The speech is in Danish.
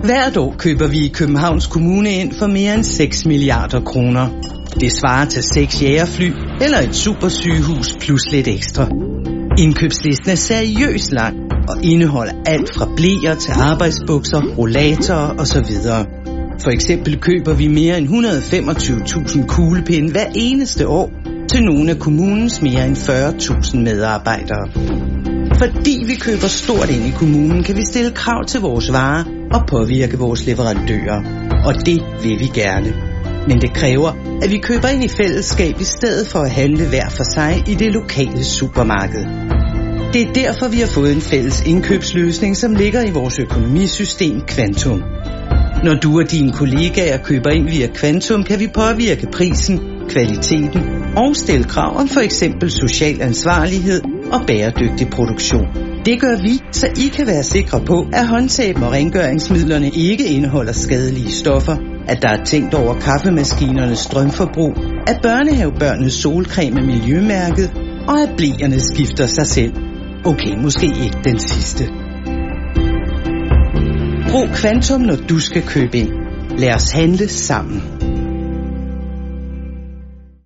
Hvert år køber vi i Københavns Kommune ind for mere end 6 milliarder kroner. Det svarer til 6 jagerfly eller et supersygehus plus lidt ekstra. Indkøbslisten er seriøst lang og indeholder alt fra bleer til arbejdsbukser, rollatorer osv. For eksempel køber vi mere end 125.000 kuglepinde hver eneste år til nogle af kommunens mere end 40.000 medarbejdere. Fordi vi køber stort ind i kommunen, kan vi stille krav til vores varer og påvirke vores leverandører. Og det vil vi gerne. Men det kræver, at vi køber ind i fællesskab i stedet for at handle hver for sig i det lokale supermarked. Det er derfor, vi har fået en fælles indkøbsløsning, som ligger i vores økonomisystem Kvantum. Når du og dine kollegaer køber ind via Kvantum, kan vi påvirke prisen, kvaliteten og stille krav om for eksempel social ansvarlighed og bæredygtig produktion. Det gør vi, så I kan være sikre på, at håndtag og rengøringsmidlerne ikke indeholder skadelige stoffer, at der er tænkt over kaffemaskinernes strømforbrug, at børnehavebørnenes solcreme er miljømærket, og at bleerne skifter sig selv. Okay, måske ikke den sidste. Brug Kvantum, når du skal købe ind. Lad os handle sammen.